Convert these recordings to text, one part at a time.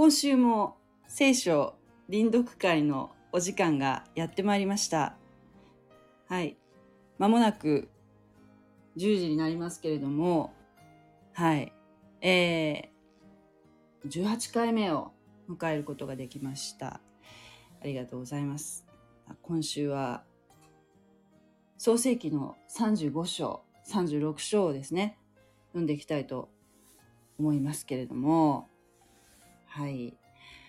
今週も聖書臨読会のお時間がやってまいりました。はい。まもなく10時になりますけれども、はい。18回目を迎えることができました。ありがとうございます。今週は創世記の35章、36章をですね、読んでいきたいと思いますけれども、はい。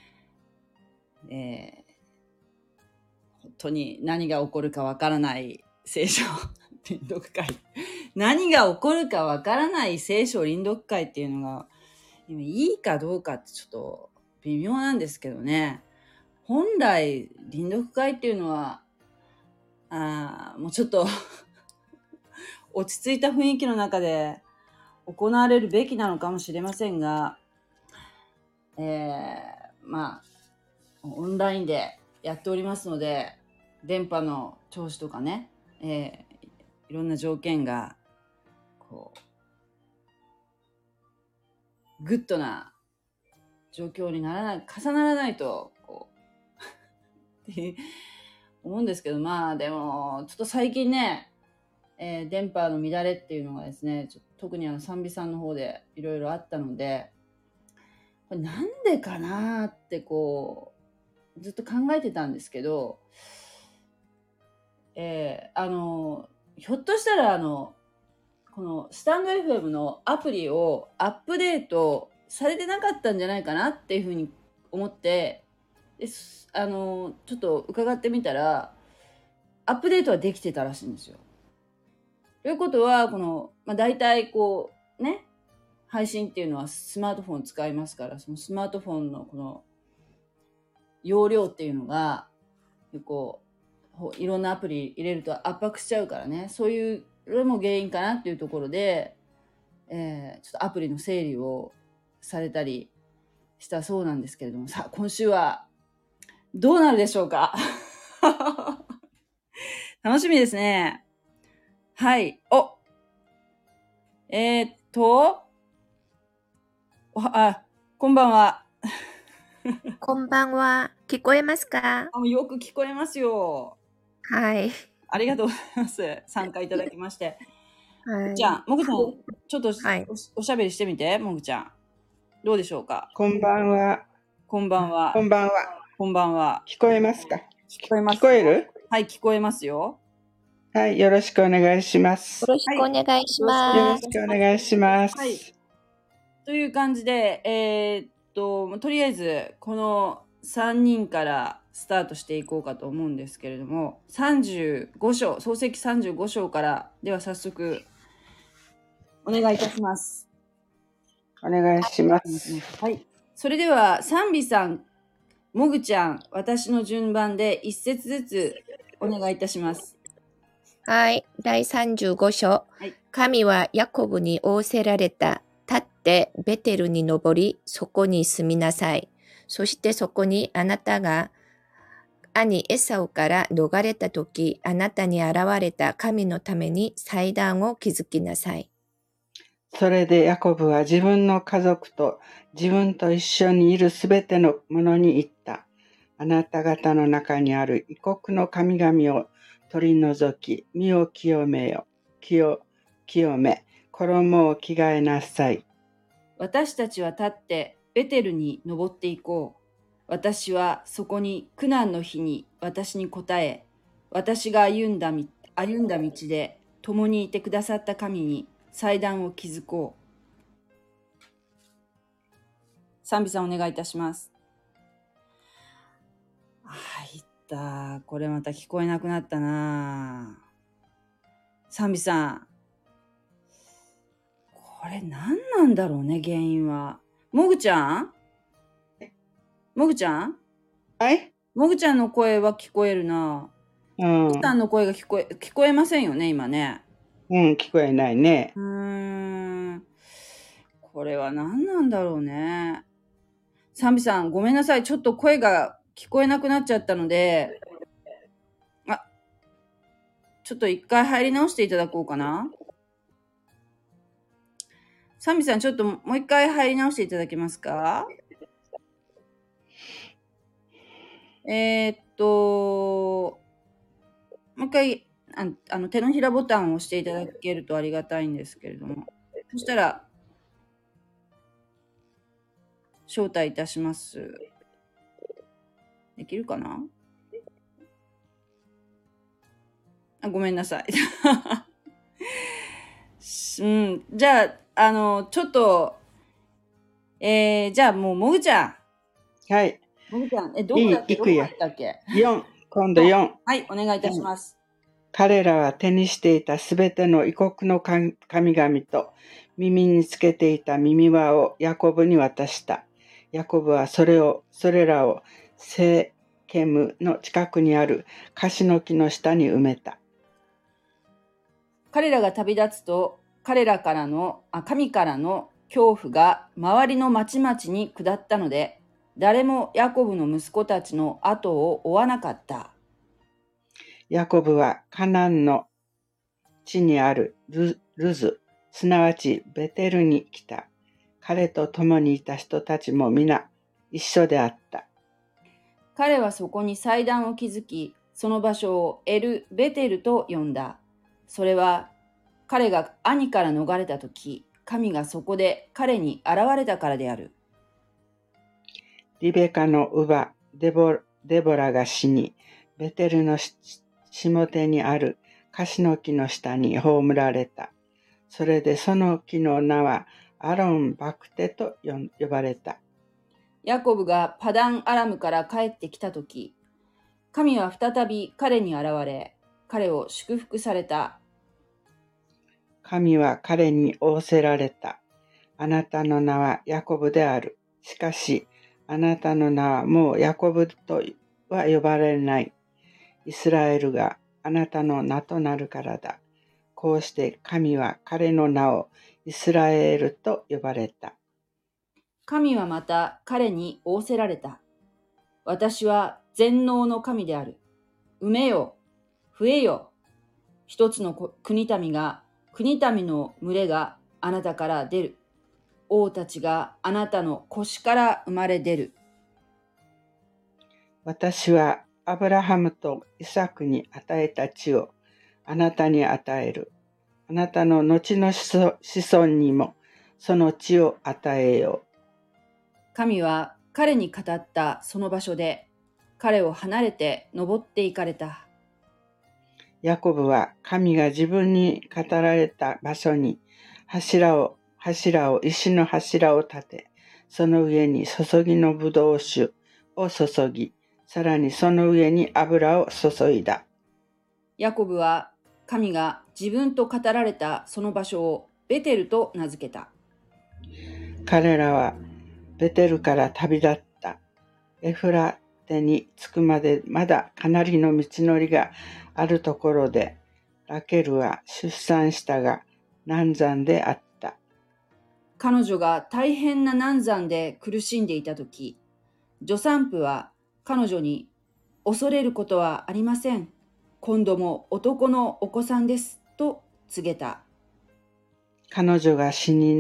本当に何が起こるかわからない聖書臨読会。何が起こるかわからない聖書臨読会っていうのが、今いいかどうかってちょっと微妙なんですけどね。本来臨読会っていうのは、もうちょっと落ち着いた雰囲気の中で行われるべきなのかもしれませんが、まあ、オンラインでやっておりますので、電波の調子とかね、いろんな条件が、こう、グッドな状況にならない、重ならないと、こう、って思うんですけど、まあでも、ちょっと最近ね、電波の乱れっていうのがですね、特に賛美さんの方でいろいろあったので、これなんでかなってこう、ずっと考えてたんですけど、ひょっとしたらこのスタンド FM のアプリをアップデートされてなかったんじゃないかなっていうふうに思って、でちょっと伺ってみたら、アップデートはできてたらしいんですよ。ということは、大体こう、ね、配信っていうのはスマートフォン使いますから、そのスマートフォンのこの容量っていうのが、こう、いろんなアプリ入れると圧迫しちゃうからね、そういうのも原因かなっていうところで、ちょっとアプリの整理をされたりしたそうなんですけれども、さあ、今週はどうなるでしょうか楽しみですね。はい。こんばんは。 こんばんは。聞こえますか？ よく聞こえますよ。 はい。 ありがとうございます。参加いただきまして。 はい。 じゃあ、もぐちゃん、ちょっとはい。 おしゃべりしてみて、もぐちゃん。どうでしょうか？ こんばんは。 こんばんは。 こんばんは。 こんばんは。 聞こえますか？ 聞こえます。 聞こえる？ はい、聞こえますよ。 はい、よろしくお願いします。 よろしくお願いします。 よろしくお願いします。 はい。という感じで、とりあえず、この3人からスタートしていこうかと思うんですけれども、35章、創世記35章から、では早速、お願いいたします。 お願いします。 はい。それでは、賛美さん、もぐちゃん、私の順番で一節ずつお願いいたします。 はい。第35章。 はい。 神はヤコブに仰せられた。立ってベテルに登り、そこに住みなさい。そしてそこにあなたが兄エサウから逃れたとき、あなたに現れた神のために祭壇を築きなさい。 それでヤコブは自分の家族と自分と一緒にいるすべてのものに言った。あなた方の中にある異国の神々を取り除き、身を清め、衣を着替えなさい。 私たちは立ってベテルに登っていこう。私はそこに苦難の日に私に答え、私が歩んだ道で共にいてくださった神に祭壇を築こう。賛美さんお願いいたします。いった。これまた聞こえなくなったな。賛美さん。これ何なんだろうね、原因は。もぐちゃん？もぐちゃん？ はい。 もぐちゃんの声は聞こえるな。もぐちゃんの声が聞こえませんよね、今ね。 聞こえないね。 これは何なんだろうね。賛美さん、ごめんなさい。ちょっと声が聞こえなくなっちゃったので、ちょっと一回入り直していただこうかな。賛美さん、ちょっともう一回入り直していただけますか？ もう一回手のひらボタンを押していただけるとありがたいんですけれども、そしたら招待いたします。できるかな？ごめんなさい。じゃあ、ちょっと、じゃあもう、もぐちゃん。 はい。 もぐちゃん、どこだっけ？ いい、行くよ。 どこだったっけ？ 4、今度4。 はい、お願いいたします。 彼らは手にしていたすべての異国の神々と耳につけていた耳輪をヤコブに渡した。ヤコブはそれらをセケムの近くにあるカシの木の下に埋めた。 彼らが旅立つと、神からの恐怖が周りの町々に下ったので、誰もヤコブの息子たちの後を追わなかった。 ヤコブはカナンの地にあるルズ、すなわちベテルに来た。彼と共にいた人たちも皆一緒であった。 彼はそこに祭壇を築き、その場所をベテルと呼んだ。それは彼が兄から逃れたとき、神がそこで彼に現れたからである。 リベカの乳母デボラが死に、ベテルの下手にあるカシの木の下に葬られた。それでその木の名はアロンバクテと呼ばれた。 ヤコブがパダンアラムから帰ってきたとき、神は再び彼に現れ、彼を祝福された。 神は彼に仰せられた。あなたの名はヤコブである。しかし、あなたの名はもうヤコブとは呼ばれない。イスラエルがあなたの名となるからだ。こうして神は彼の名をイスラエルと呼ばれた。 神はまた彼に仰せられた。私は全能の神である。産めよ、増えよ。一つの国民の群れがあなたから出る。王たちがあなたの腰から生まれ出る。 私はアブラハムとイサクに与えた地をあなたに与える。あなたの後の子孫にもその地を与えよう。 神は彼に語ったその場所で彼を離れて登っていかれた。 ヤコブは神が自分に語られた場所に石の柱を立て、その上に注ぎのブドウ酒を注ぎ、さらにその上に油を注いだ。 ヤコブは神が自分と語られたその場所をベテルと名付けた。 彼らはベテルから旅立った。エフラテに着くまでまだかなりの道のりがあるところで、ラケルは出産したが難産であった。 彼女が大変な難産で苦しんでいたとき、助産婦は彼女に、恐れることはありません。今度も男のお子さんです。と告げた。 彼女が死に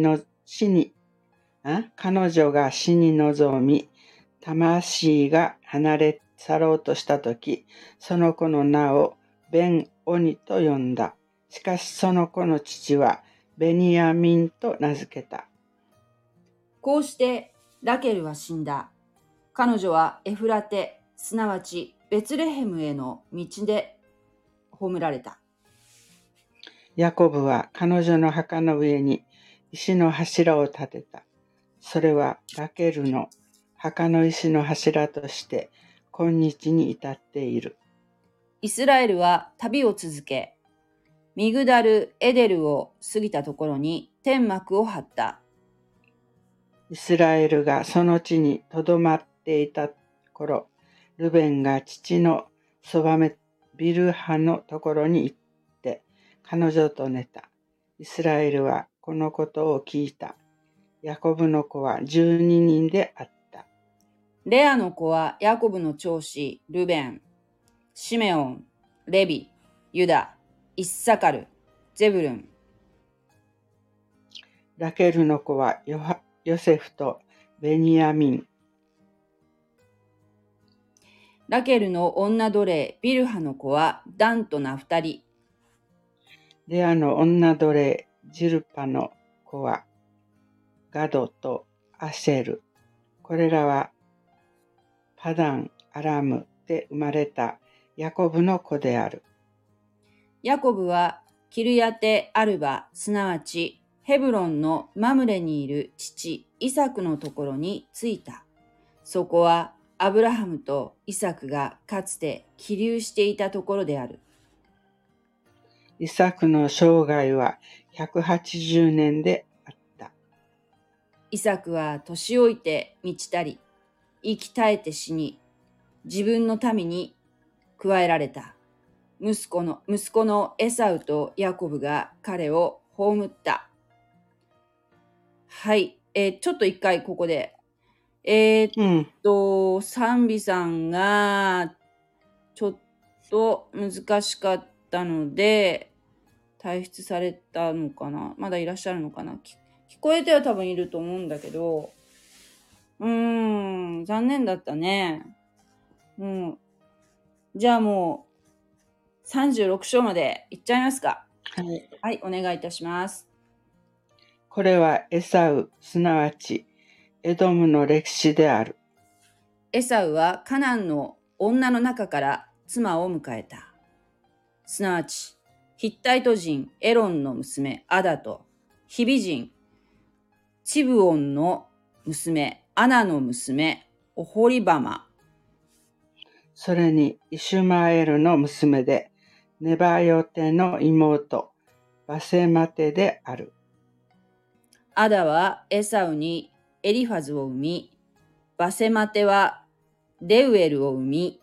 臨み、魂が離れ去ろうとしたとき、その子の名をベンオニと呼んだ。しかしその子の父はベニヤミンと名付けた。 こうしてラケルは死んだ。彼女はエフラテ、すなわちベツレヘムへの道で葬られた。 ヤコブは彼女の墓の上に石の柱を立てた。それはラケルの墓の石の柱として今日に至っている。 イスラエルは旅を続け、ミグダル・エデルを過ぎたところに天幕を張った。 イスラエルがその地にとどまっていた頃、ルベンが父のそばめビルハのところに行って彼女と寝た。イスラエルはこのことを聞いた。ヤコブの子は12人であった。 レアの子はヤコブの長子ルベン、シメオン、レビ、ユダ、イッサカル、ゼブルン。 ラケルの子はヨセフとベニヤミン。 ラケルの女奴隷ビルハの子はダンとナフタリ。 レアの女奴隷ジルパの子はガドとアシェル。これらはパダン、アラムで生まれたヤコブの子である。 ヤコブはキルヤテ・アルバ、すなわちヘブロンのマムレにいる父イサクのところに着いた。そこはアブラハムとイサクがかつて起立していたところである。 イサクの生涯は180年であった。 イサクは年老いて満ちたり、息絶えて死に、自分の民に加えられた。息子のエサウとヤコブが彼を葬った。はい。ちょっと一回ここで。賛美さんがちょっと難しかったので、退出されたのかな？まだいらっしゃるのかな？聞こえては多分いると思うんだけど、残念だったね。じゃあもう36章までいっちゃいますか。はい、お願いいたします。 これはエサウ、すなわちエドムの歴史である。 エサウはカナンの女の中から妻を迎えた。すなわちヒッタイト人エロンの娘アダとヒビ人チブオンの娘アナの娘オホリバマ。 それにイシュマエルの娘でネバヨテの妹バセマテである。 アダはエサウにエリファズを生み、バセマテはレウエルを生み、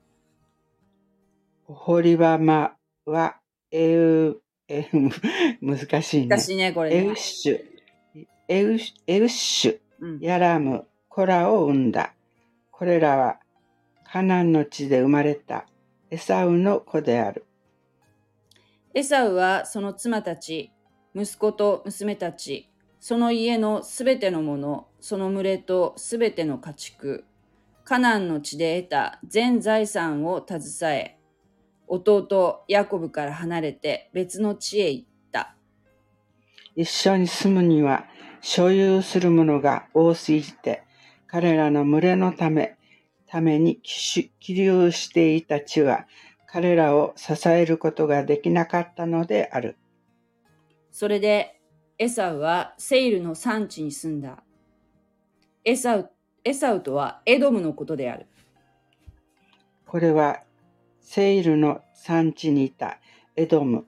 オホリバマは難しいね。 難しいね、これね。 エウッシュ、ヤラム、コラを生んだ。これらはカナンの地で生まれたエサウの子である。 エサウはその妻たち、息子と娘たち、その家のすべてのもの、その群れとすべての家畜、カナンの地で得た全財産を携え、弟ヤコブから離れて別の地へ行った。 一緒に住むには所有するものが多すぎて、彼らの群れのために起立していた地は彼らを支えることができなかったのである。 それでエサウはセイルの産地に住んだ。エサウとはエドムのことである。 これはセイルの産地にいたエドム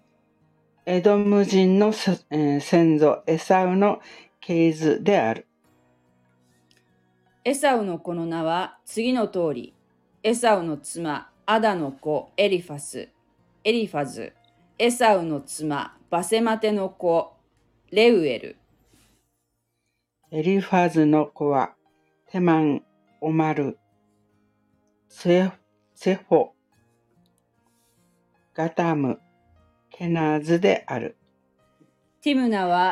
人の先祖エサウの系図である。 エサウの子の名は次の通り。エサウの妻アダの子エリファズ、エサウの妻バセマテの子レウエル。 エリファズの子はテマン、オマル、セホ、ガタム、ケナーズである。 ティムナは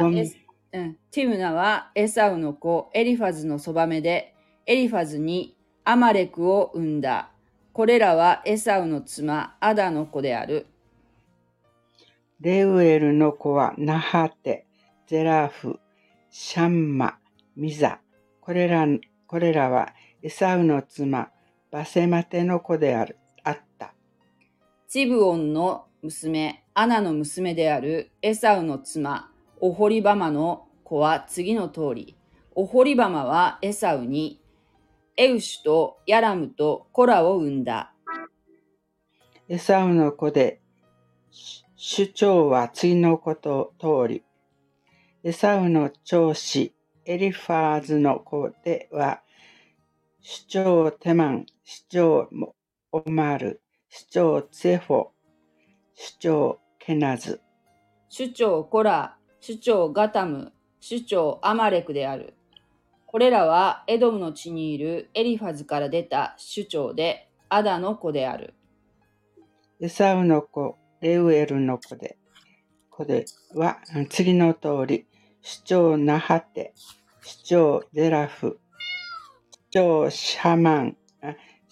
エサウの子エリファズのそばめで、エリファズにアマレクを生んだ。これらはエサウの妻アダの子である。 レウエルの子はナハテ、ゼラフ、シャンマ、ミザ。これらはエサウの妻バセマテの子であった。 チブオンの娘アナの娘であるエサウの妻オホリバマの子は次の通り。オホリバマはエサウにエウシュとヤラムとコラを生んだ。 エサウの子で首長は次のこと通り。エサウの長子エリファーズの子では首長テマン、首長オマル、首長ツェフォ、首長ケナズ、 首長コラ、首長ガタム、首長アマレクである。これらはエドムの地にいるエリファズから出た首長でアダの子である。 エサウの子レウエルの子では次の通り、首長ナハテ、首長ゼラフ、首長シャ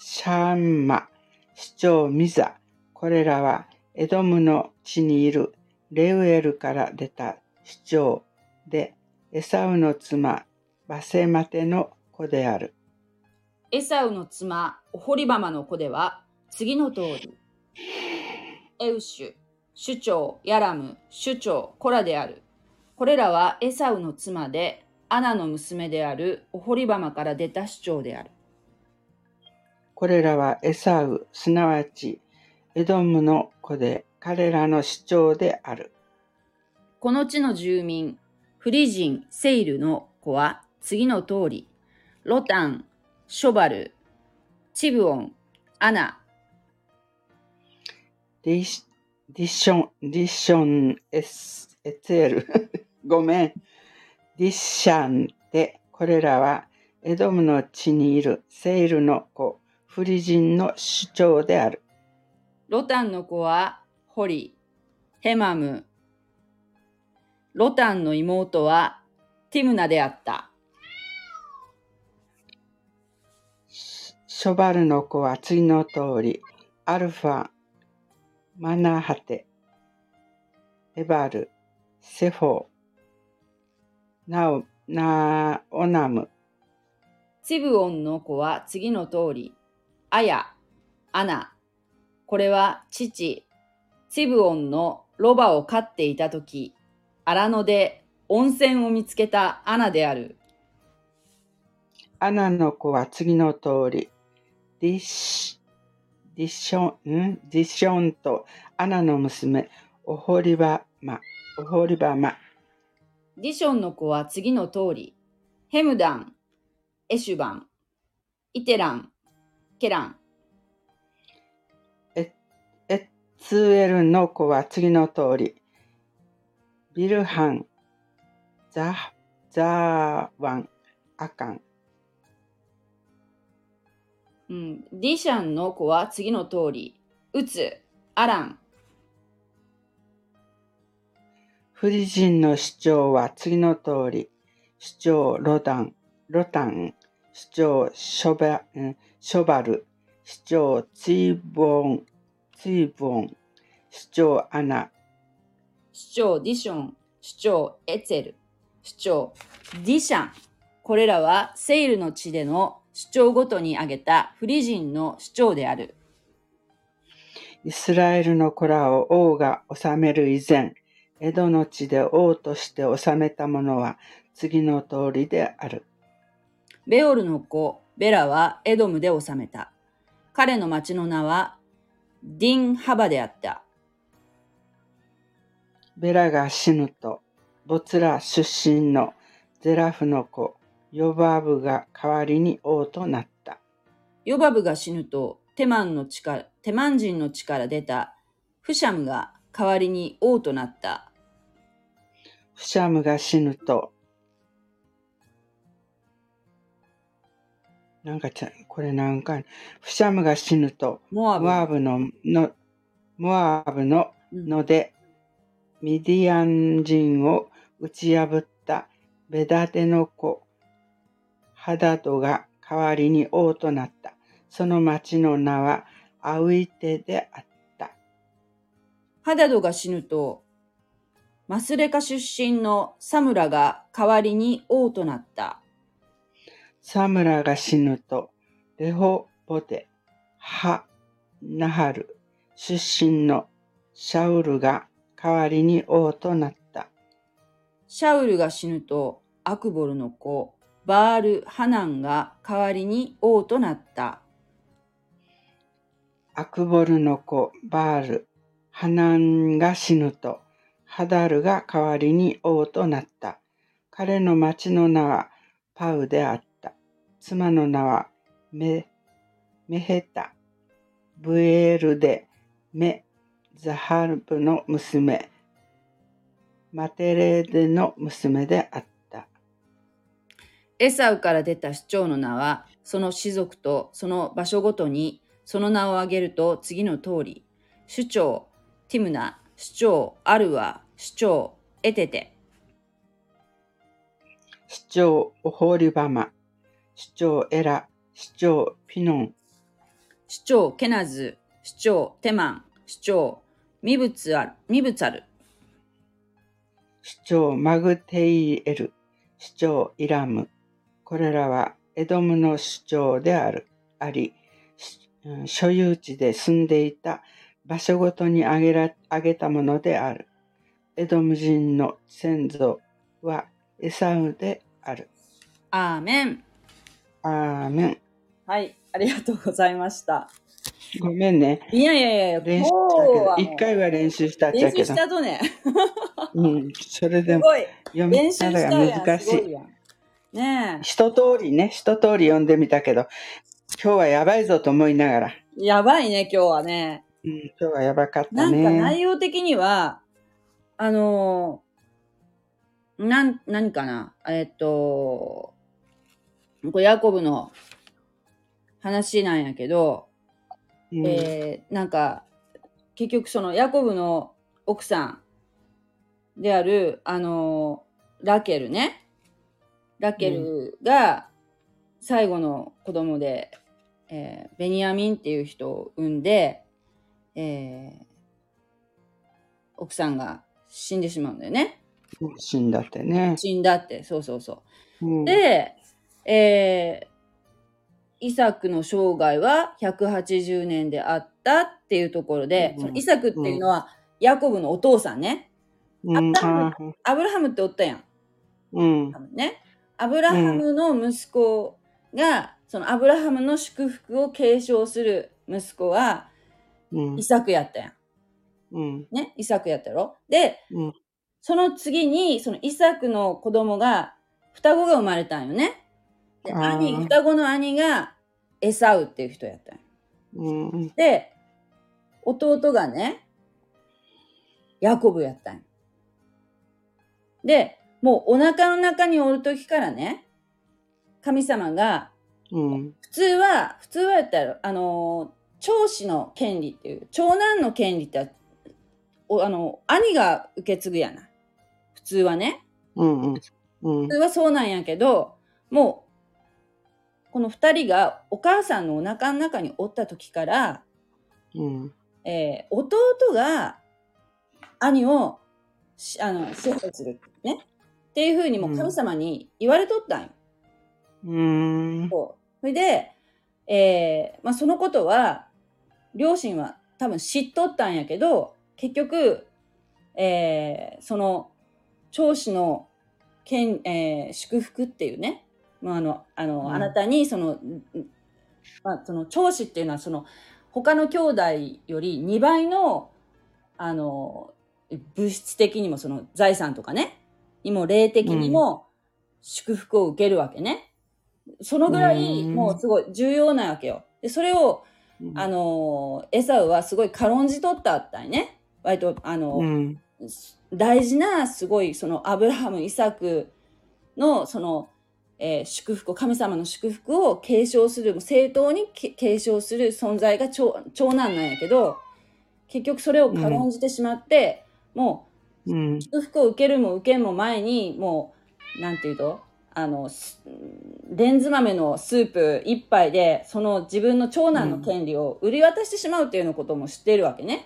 シャンマ、首長ミザ。これらはエドムの地にいるレウエルから出た首長で、エサウの妻、バセマテの子である。 エサウの妻、オホリバマの子では、次の通り。エウシュ、首長、ヤラム、首長、コラである。これらはエサウの妻で、アナの娘であるオホリバマから出た首長である。 これらはエサウ、すなわちエドムの子で、彼らの首長である。 この地の住民、フリ人、セイルの子は次の通り。ロタン、ショバル、チブオン、アナ、 ディションエツエル。ごめん。ディシャンで、これらはエドムの地にいるセイルの子、フリ人の首長である。 ロタンの子はホリ、ヘマム。ロタンの妹はティムナであった。 ショバルの子は次の通り、アルファ、マナハテ、エバル、セフォ、オナム。 チブオンの子は次の通り。アヤ、アナ。これは父、チブオンのロバを飼っていたとき、荒野で温泉を見つけたアナである。 アナの子は次の通り、ディションとアナの娘、オホリバマ。 ディションの子は次の通り。ヘムダン、エシュバン、イテラン、ケラン。 エツエルの子は次の通り、ビルハン、ザーワン、アカン。 ディシャンの子は次の通り。ウツ、アラン。 フリ人の首長は次の通り、首長ロタン、首長ショバル、首長ツイボン、首長アナ、 首長ディション、首長エツェル、首長ディシャン。これらはセイルの地での首長ごとに挙げたフリ人の首長である。 イスラエルの子らを王が治める以前、エドの地で王として治めた者は次の通りである。 ベオルの子ベラはエドムで治めた。彼の町の名はディンハバであった。 ベラが死ぬと、ボツラ出身のゼラフの子、ヨバブが代わりに王となった。 ヨバブが死ぬと、テマン人の地から出たフシャムが代わりに王となった。 フシャムが死ぬと、フシャムが死ぬと、モアブのので、ミディアン人を打ち破ったベダテの子、ハダドが代わりに王となった。その町の名はアウイテであった。 ハダドが死ぬと、マスレカ出身のサムラが代わりに王となった。 サムラが死ぬと、レホボテ、ナハル出身のシャウルが代わりに王となった。 シャウルが死ぬと、アクボルの子、バール・ハナンが代わりに王となった。 アクボルの子、バール、ハナンが死ぬと、ハダルが代わりに王となった。彼の町の名はパウであった。妻の名はメヘタ、ブエールでザハルブの娘、マテレーデの娘であった。 エサウから出た首長の名は、その氏族とその場所ごとにその名を挙げると次の通り。首長ティムナ、首長アルワ、首長エテテ。 首長オホリバマ、首長エラ、首長ピノン。 首長ケナズ、首長テマン、首長ミブツァル、 首長マグテイエル、首長イラム。これらはエドムの首長であり、所有地で住んでいた場所ごとに挙げたものである。エドム人の先祖はエサウである。 アーメン。 アーメン。 はい、ありがとうございました。 ごめんね。 いやいやいや、 練習したけど、一回は練習したっちゃ練習けど。 したとね。 それですもごい。 読み練習方したやん。 が難しい。 すごいやん。ね一通り読んでみたけど、今日はやばいぞと思いながら。 え。やばいね、今日はね。 今日はやばかったなんかね。 内容的には、何かな。これヤコブの話なんやけど、なんか、結局そのヤコブの奥さんである、ラケルね。ラケルが最後の子供で、ベニヤミンっていう人を産んで、奥さんが死んでしまうんだよね。 死んだってね。 死んだって、そうそうそう。 うん、 で、イサクの生涯は180年であったっていうところで、そのイサクっていうのはヤコブのお父さんね。アブラハムっておったやん。ね。アブラハムの息子が、そのアブラハムの祝福を継承する息子は、イサクやったやん。ね。イサクやったやろ。で、その次に、そのイサクの子供が、双子が生まれたんよね。で、双子の兄がエサウっていう人やったんよ。で、弟がね、ヤコブやったんよ。で、もうお腹の中におる時からね、神様が、普通はやったら、長子の権利っていう、長男の権利って、兄が受け継ぐやな。普通はね。普通はそうなんやけど、もう、この二人がお母さんのお腹の中におった時から、弟が兄を支配するね。っていうふうにもう神様に言われとったんよ。それで、そのことは、両親は多分知っとったんやけど、結局、その、長子の祝福っていうね、あなたにその長子っていうのはその他の兄弟より2倍の物質的にもその財産とかねにも霊的にも祝福を受けるわけね。そのぐらいもうすごい重要なわけよ。でそれをエサウはすごい軽んじとったったんね。割と大事なすごいそのアブラハムイサクのその、祝福を神様の祝福を継承する正当に継承する存在が長男なんやけど結局それを軽んじてしまって、もう祝福を受けるも受けんも前にもうなんていうとレンズ豆のスープ一杯でその自分の長男の権利を売り渡してしまうっていうのことも知っているわけね。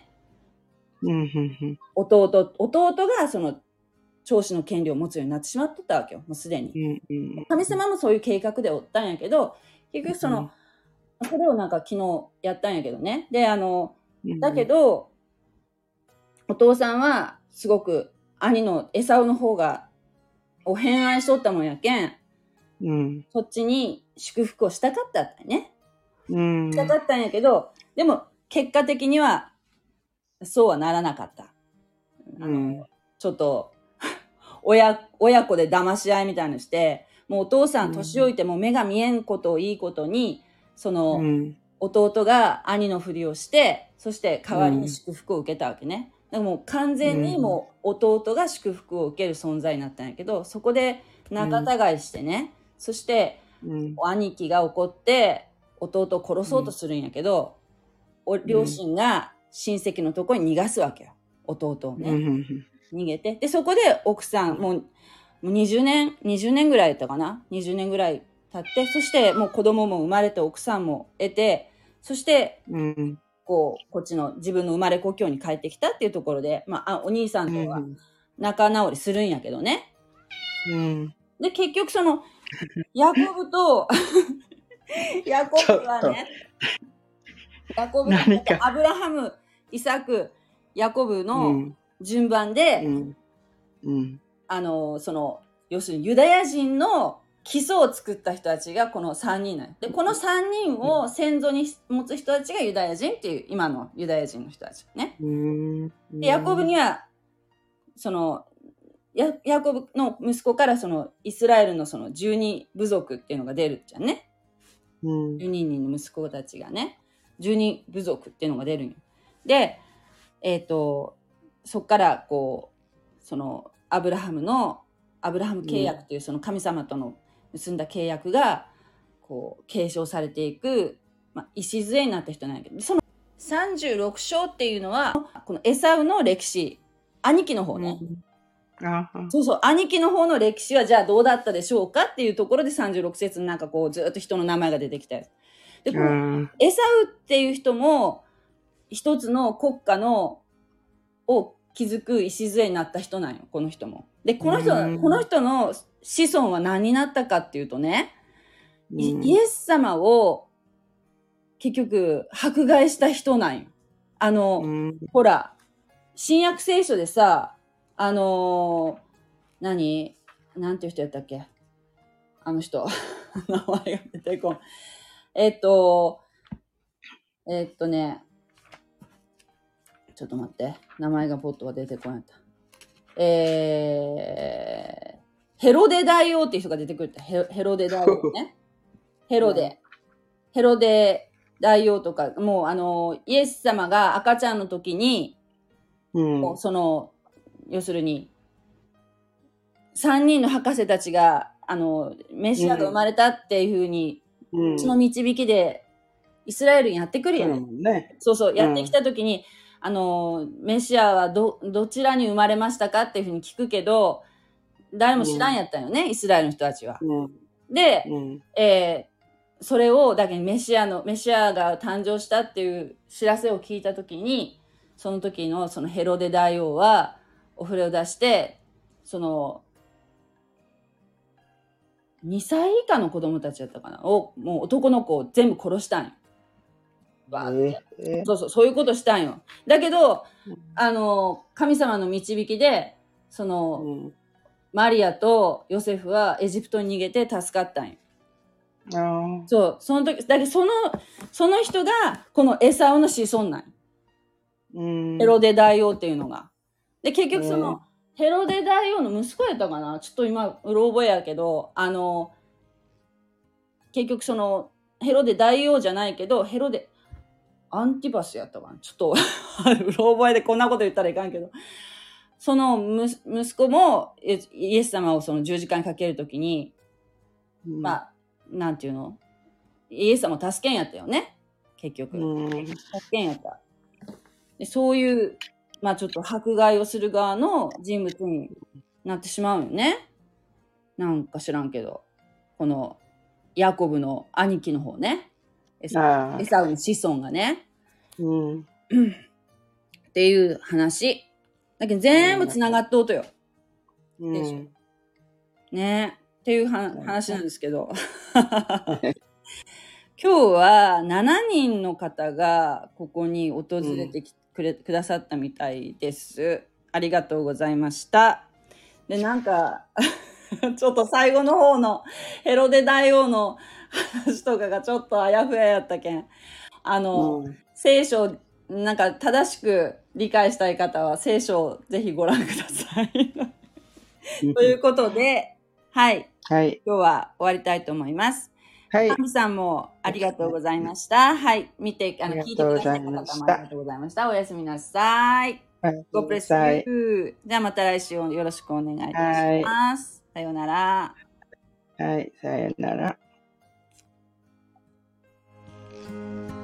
弟がその長子の権利を持つようになってしまってたわけよ、もうすでに。神様もそういう計画でおったんやけど、結局それをなんか昨日やったんやけどね。で、だけど、お父さんはすごく兄のエサウの方を偏愛しとったもんやけん、そっちに祝福をしたかったんだよね。したかったんやけど、でも結果的にはそうはならなかった。ちょっと親子で騙し合いみたいにして、もうお父さん年老いても目が見えんことをいいことに、その、弟が兄のふりをして、そして代わりに祝福を受けたわけね。だからもう完全にもう弟が祝福を受ける存在になったんやけど、そこで仲違いしてね、そして、兄貴が怒って弟を殺そうとするんやけど、両親が親戚のとこに逃がすわけよ、弟をね。逃げて。で、そこで奥さん、もう20年ぐらいだったかな ?20 年ぐらい経って、そしてもう子供も生まれて奥さんも得て、 そして、 うん。 こっちの自分の生まれ故郷に帰ってきたっていうところで、お兄さんとはうん。 仲直りするんやけどね。 うん。 で、結局ヤコブと、ヤコブはね、ヤコブが何か。 アブラハム、イサク、ヤコブうのん。 順番で、 うん。うん。 要するにユダヤ人の基礎を作った人たちがこの3人なの。で、この3人を先祖に持つ人たちがユダヤ人っていう、今のユダヤ人の人たちね。で、ヤコブには、ヤコブの息子からイスラエルの12部族っていうのが出るじゃんね。12人の息子たちがね、12部族っていうのが出るんよ。で、そっからアブラハム契約っていうその神様との結んだ契約が継承されていく、礎になった人なんやけど、その36章っていうのはこのエサウの歴史、兄貴の方ね。そうそう、兄貴の方の歴史はじゃあどうだったでしょうかっていうところで36節にずっと人の名前が出てきたよ。で、このエサウっていう人も一つの国家を築く礎になった人なんよ、この人も。で、この人の子孫は何になったかっていうとね、イエス様を結局迫害した人なんよ。ほら、新約聖書でさ、なんていう人やったっけ、あの人。名前が出てこん。ちょっと待って。名前がポットは出てこなかった。ヘロデ大王っていう人が出てくるって。ヘロデ大王ね。ヘロデ大王とか、もう、イエス様が赤ちゃんの時に、要するに、3人の博士たちが、メシアが生まれたっていうふうに、その導きで、イスラエルにやってくるやん。そうそう、やってきた時に、メシアはどちらに生まれましたかっていうふうに聞くけど、誰も知らんやったよね、イスラエルの人たちは。で、それを、だけどメシアが誕生したっていう知らせを聞いた時に、その時のそのヘロデ大王は、お触れを出して、2歳以下の子供たちだったかなもう男の子を全部殺したんよ。そういうことしたんよ。だけど、神様の導きで、マリアとヨセフはエジプトに逃げて助かったんよ。そう、その時、だけどその人が、このエサウの子孫なんよ。ヘロデ大王っていうのが。で、結局ヘロデ大王の息子やったかな、ちょっと今、うろ覚えやけど、結局ヘロデ大王じゃないけど、ヘロデ、アンティバスやったかな、ちょっと、うろ覚えでこんなこと言ったらいかんけど、その息子も、イエス様を十字架にかけるときに、なんていうの、イエス様を助けんやったよね、結局。助けんやった。でそういう、ちょっと迫害をする側の人物になってしまうよね。なんか知らんけど。この、ヤコブの兄貴の方ね。エサウの子孫がね。っていう話。だけど全部つながっとうとよ。ね。っていう話なんですけど。今日は7人の方がここに訪れてくださったみたいです。ありがとうございました。で、なんか、ちょっと最後の方のヘロデ大王の話とかがちょっとあやふややったけん。聖書、なんか正しく理解したい方は聖書をぜひご覧ください。ということで、はい。今日は終わりたいと思います。ハミさんもありがとうございました。はい。聞いてくださった方もありがとうございました。おやすみなさい。God bless you. じゃあまた来週よろしくお願いいたします。さようなら。 はい、さようなら。